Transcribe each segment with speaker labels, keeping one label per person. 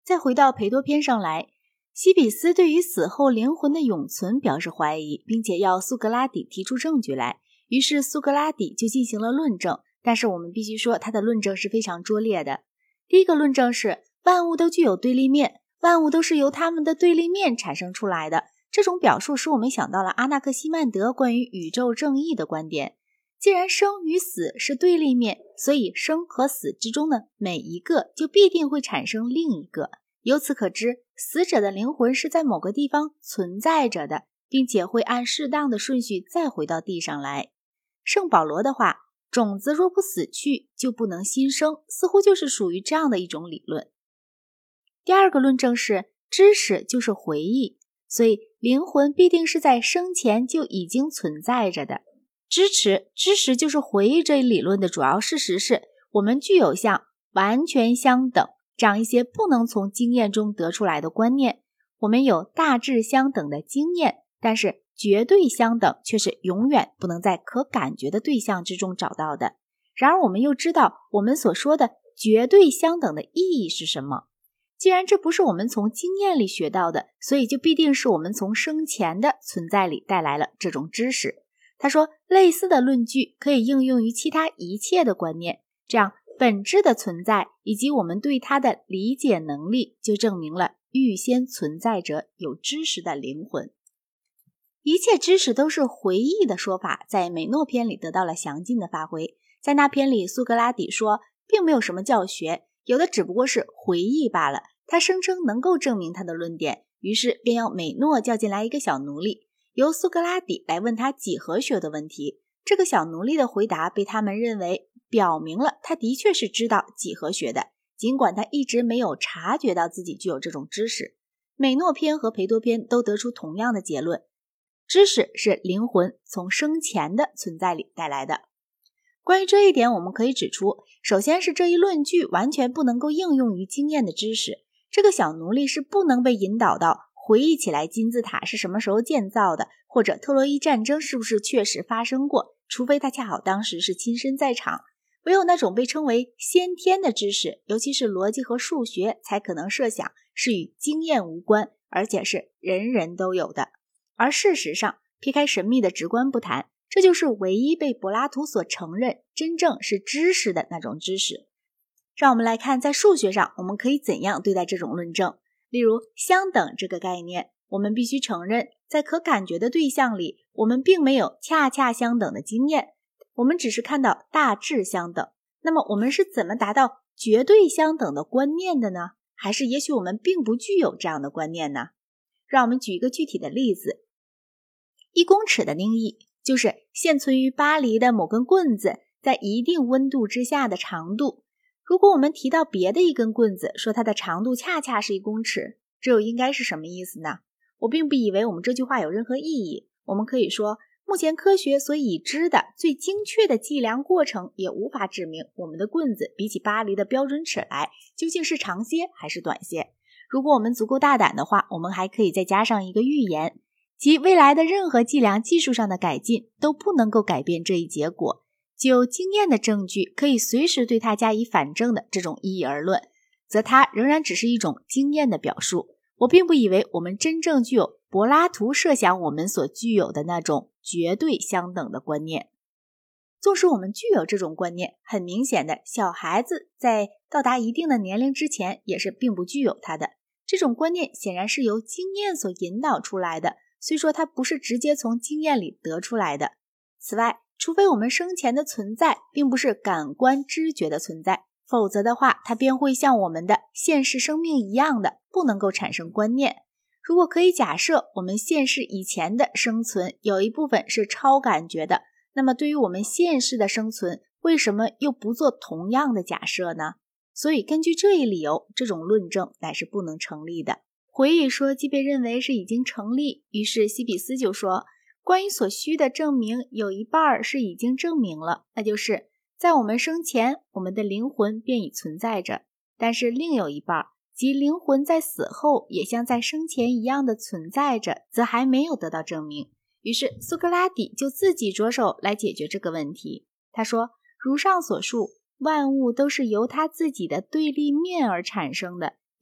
Speaker 1: 再回到裴多篇上来，西比斯对于死后灵魂的永存表示怀疑，并且要苏格拉底提出证据来。于是苏格拉底就进行了论证，但是我们必须说他的论证是非常拙劣的。第一个论证是万物都具有对立面，万物都是由它们的对立面产生出来的。这种表述使我们想到了阿纳克西曼德关于宇宙正义的观点。既然生与死是对立面，所以生和死之中的每一个就必定会产生另一个。由此可知，死者的灵魂是在某个地方存在着的，并且会按适当的顺序再回到地上来。圣保罗的话，种子若不死去，就不能新生，似乎就是属于这样的一种理论。第二个论证是知识就是回忆，所以灵魂必定是在生前就已经存在着的。支持知识就是回忆这一理论的主要事实是，我们具有像完全相等这样一些不能从经验中得出来的观念。我们有大致相等的经验，但是绝对相等却是永远不能在可感觉的对象之中找到的。然而我们又知道我们所说的绝对相等的意义是什么。既然这不是我们从经验里学到的，所以就必定是我们从生前的存在里带来了这种知识。他说，类似的论据可以应用于其他一切的观念，这样本质的存在以及我们对它的理解能力就证明了预先存在着有知识的灵魂。一切知识都是回忆的说法在美诺篇里得到了详尽的发挥。在那篇里，苏格拉底说并没有什么教学，有的只不过是回忆罢了。他声称能够证明他的论点，于是便要美诺叫进来一个小奴隶，由苏格拉底来问他几何学的问题。这个小奴隶的回答被他们认为表明了他的确是知道几何学的，尽管他一直没有察觉到自己具有这种知识。美诺篇和裴多篇都得出同样的结论，知识是灵魂从生前的存在里带来的。关于这一点，我们可以指出，首先是这一论据完全不能够应用于经验的知识。这个小奴隶是不能被引导到回忆起来金字塔是什么时候建造的，或者特洛伊战争是不是确实发生过，除非他恰好当时是亲身在场。唯有那种被称为先天的知识，尤其是逻辑和数学，才可能设想是与经验无关，而且是人人都有的。而事实上，撇开神秘的直观不谈，这就是唯一被柏拉图所承认真正是知识的那种知识。让我们来看在数学上我们可以怎样对待这种论证。例如相等这个概念，我们必须承认在可感觉的对象里，我们并没有恰恰相等的经验，我们只是看到大致相等。那么我们是怎么达到绝对相等的观念的呢？还是也许我们并不具有这样的观念呢？让我们举一个具体的例子。1公尺的定义就是现存于巴黎的某根棍子在一定温度之下的长度。如果我们提到别的一根棍子，说它的长度恰恰是1公尺，这又应该是什么意思呢？我并不以为我们这句话有任何意义。我们可以说，目前科学所已知的最精确的计量过程也无法指明我们的棍子比起巴黎的标准尺来究竟是长些还是短些。如果我们足够大胆的话，我们还可以再加上一个预言，即未来的任何计量技术上的改进都不能够改变这一结果。就经验的证据可以随时对它加以反证的这种意义而论，则它仍然只是一种经验的表述。我并不以为我们真正具有柏拉图设想我们所具有的那种绝对相等的观念。纵使我们具有这种观念，很明显的，小孩子在到达一定的年龄之前也是并不具有它的。这种观念显然是由经验所引导出来的，虽说它不是直接从经验里得出来的。此外，除非我们生前的存在并不是感官知觉的存在，否则的话，它便会像我们的现世生命一样的不能够产生观念。如果可以假设我们现世以前的生存有一部分是超感觉的，那么对于我们现世的生存，为什么又不做同样的假设呢？所以根据这一理由，这种论证乃是不能成立的。回忆说既被认为是已经成立，于是西比斯就说，关于所需的证明有一半是已经证明了，那就是在我们生前，我们的灵魂便已存在着，但是另有一半，即灵魂在死后也像在生前一样的存在着，则还没有得到证明。于是苏格拉底就自己着手来解决这个问题。他说，如上所述，万物都是由它自己的对立面而产生的，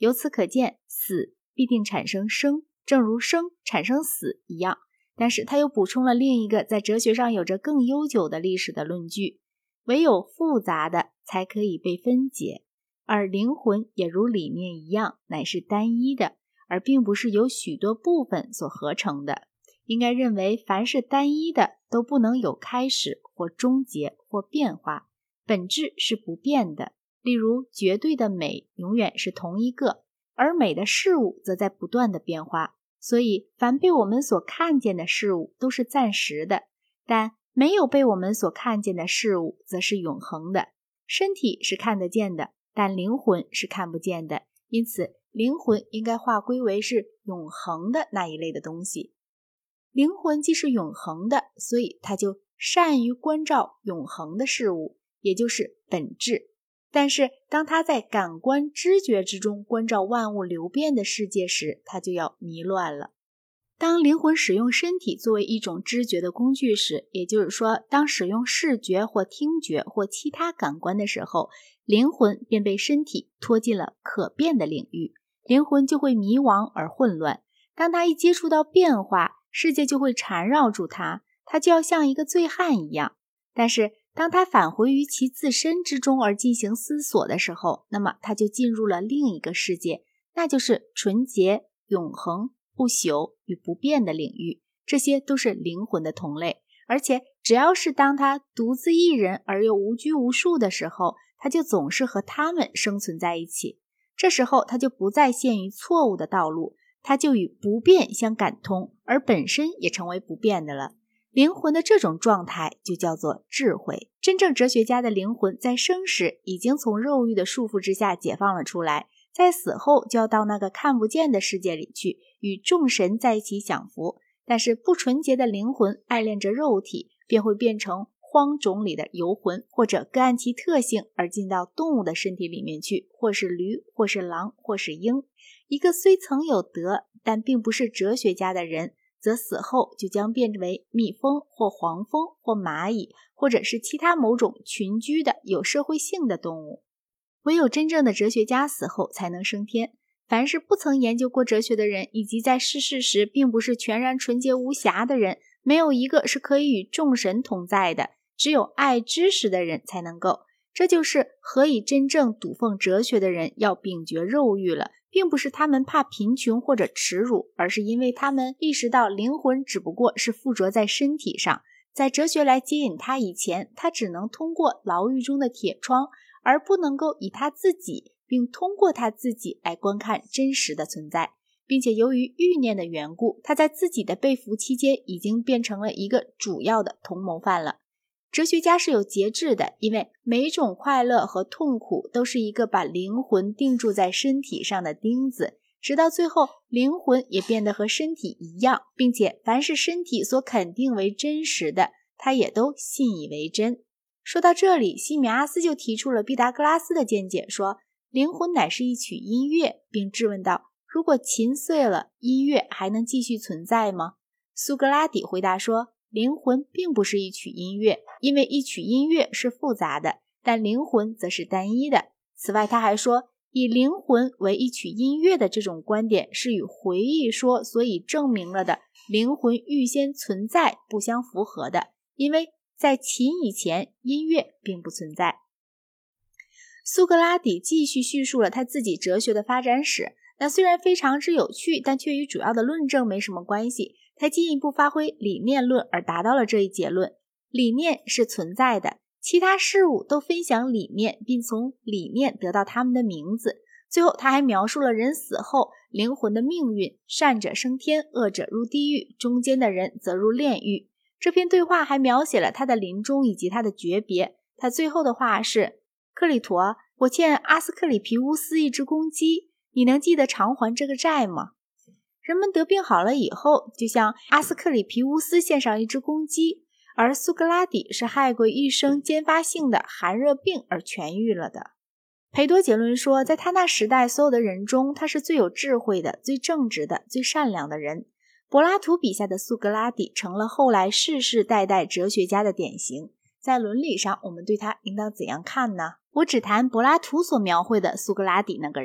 Speaker 1: 由此可见，死必定产生生，正如生产生死一样。但是他又补充了另一个在哲学上有着更悠久的历史的论据，唯有复杂的才可以被分解，而灵魂也如理念一样，乃是单一的，而并不是由许多部分所合成的。应该认为凡是单一的都不能有开始或终结或变化，本质是不变的。例如绝对的美永远是同一个，而美的事物则在不断的变化。所以凡被我们所看见的事物都是暂时的，但没有被我们所看见的事物则是永恒的。身体是看得见的，但灵魂是看不见的，因此灵魂应该划归为是永恒的那一类的东西。灵魂既是永恒的，所以它就善于关照永恒的事物，也就是本质。但是当它在感官知觉之中关照万物流变的世界时，它就要迷乱了。当灵魂使用身体作为一种知觉的工具时，也就是说当使用视觉或听觉或其他感官的时候，灵魂便被身体拖进了可变的领域，灵魂就会迷惘而混乱。当它一接触到变化，世界就会缠绕住它，它就要像一个醉汉一样。但是当它返回于其自身之中而进行思索的时候，那么它就进入了另一个世界，那就是纯洁、永恒、不朽与不变的领域。这些都是灵魂的同类，而且只要是当它独自一人而又无拘无束的时候，它就总是和他们生存在一起。这时候它就不再陷于错误的道路，它就与不变相感通，而本身也成为不变的了。灵魂的这种状态就叫做智慧。真正哲学家的灵魂在生时已经从肉欲的束缚之下解放了出来，在死后就要到那个看不见的世界里去，与众神在一起享福。但是不纯洁的灵魂爱恋着肉体，便会变成荒冢里的游魂，或者各按其特性而进到动物的身体里面去，或是驴，或是狼，或是鹰。一个虽曾有德，但并不是哲学家的人，则死后就将变为蜜蜂或黄蜂或蚂蚁，或者是其他某种群居的有社会性的动物。唯有真正的哲学家死后才能升天。凡是不曾研究过哲学的人，以及在逝世时并不是全然纯洁无瑕的人，没有一个是可以与众神同在的，只有爱知识的人才能够。这就是何以真正笃奉哲学的人要摒绝肉欲了，并不是他们怕贫穷或者耻辱，而是因为他们意识到灵魂只不过是附着在身体上，在哲学来接引他以前，他只能通过牢狱中的铁窗，而不能够以他自己并通过他自己来观看真实的存在。并且由于欲念的缘故，他在自己的被俘期间已经变成了一个主要的同谋犯了。哲学家是有节制的，因为每一种快乐和痛苦都是一个把灵魂定住在身体上的钉子，直到最后灵魂也变得和身体一样，并且凡是身体所肯定为真实的，他也都信以为真。说到这里，西米阿斯就提出了毕达哥拉斯的见解，说灵魂乃是一曲音乐，并质问道，如果琴碎了，音乐还能继续存在吗？苏格拉底回答说，灵魂并不是一曲音乐，因为一曲音乐是复杂的，但灵魂则是单一的。此外他还说，以灵魂为一曲音乐的这种观点是与回忆说所以证明了的灵魂预先存在不相符合的，因为在琴以前，音乐并不存在。苏格拉底继续叙述了他自己哲学的发展史，那虽然非常之有趣，但却与主要的论证没什么关系。他进一步发挥理念论而达到了这一结论，理念是存在的，其他事物都分享理念，并从理念得到他们的名字。最后他还描述了人死后灵魂的命运，善者升天，恶者入地狱，中间的人则入炼狱。这篇对话还描写了他的临终以及他的诀别。他最后的话是，克里陀，我欠阿斯克里皮乌斯一只公鸡，你能记得偿还这个债吗？人们得病好了以后，就向阿斯克里皮乌斯献上一只公鸡，而苏格拉底是害过一生间发性的寒热病而痊愈了的。裴多结论说，在他那时代所有的人中，他是最有智慧的、最正直的、最善良的人。柏拉图笔下的苏格拉底成了后来世世代代哲学家的典型。在伦理上，我们对他应当怎样看呢？我只谈柏拉图所描绘的苏格拉底那个人。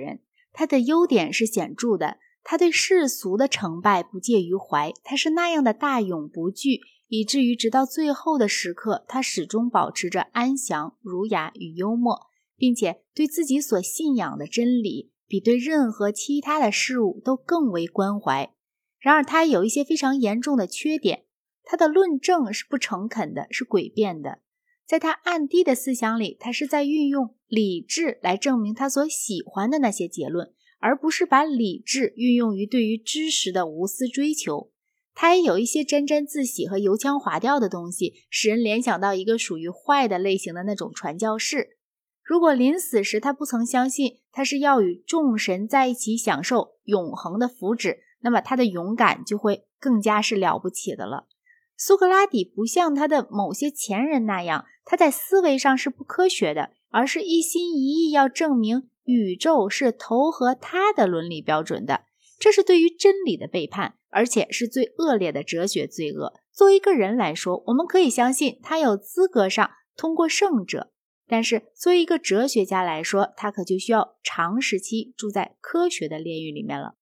Speaker 1: 他的优点是显著的，他对世俗的成败不介于怀，他是那样的大勇不惧，以至于直到最后的时刻，他始终保持着安详、儒雅与幽默，并且对自己所信仰的真理比对任何其他的事物都更为关怀。然而他有一些非常严重的缺点，他的论证是不诚恳的，是诡辩的。在他暗地的思想里，他是在运用理智来证明他所喜欢的那些结论，而不是把理智运用于对于知识的无私追求。他也有一些沾沾自喜和油腔滑调的东西，使人联想到一个属于坏的类型的那种传教士。如果临死时他不曾相信他是要与众神在一起享受永恒的福祉，那么他的勇敢就会更加是了不起的了。苏格拉底不像他的某些前人那样，他在思维上是不科学的，而是一心一意要证明宇宙是投合他的伦理标准的。这是对于真理的背叛，而且是最恶劣的哲学罪恶。作为一个人来说，我们可以相信他有资格上通过圣者，但是作为一个哲学家来说，他可就需要长时期住在科学的炼狱里面了。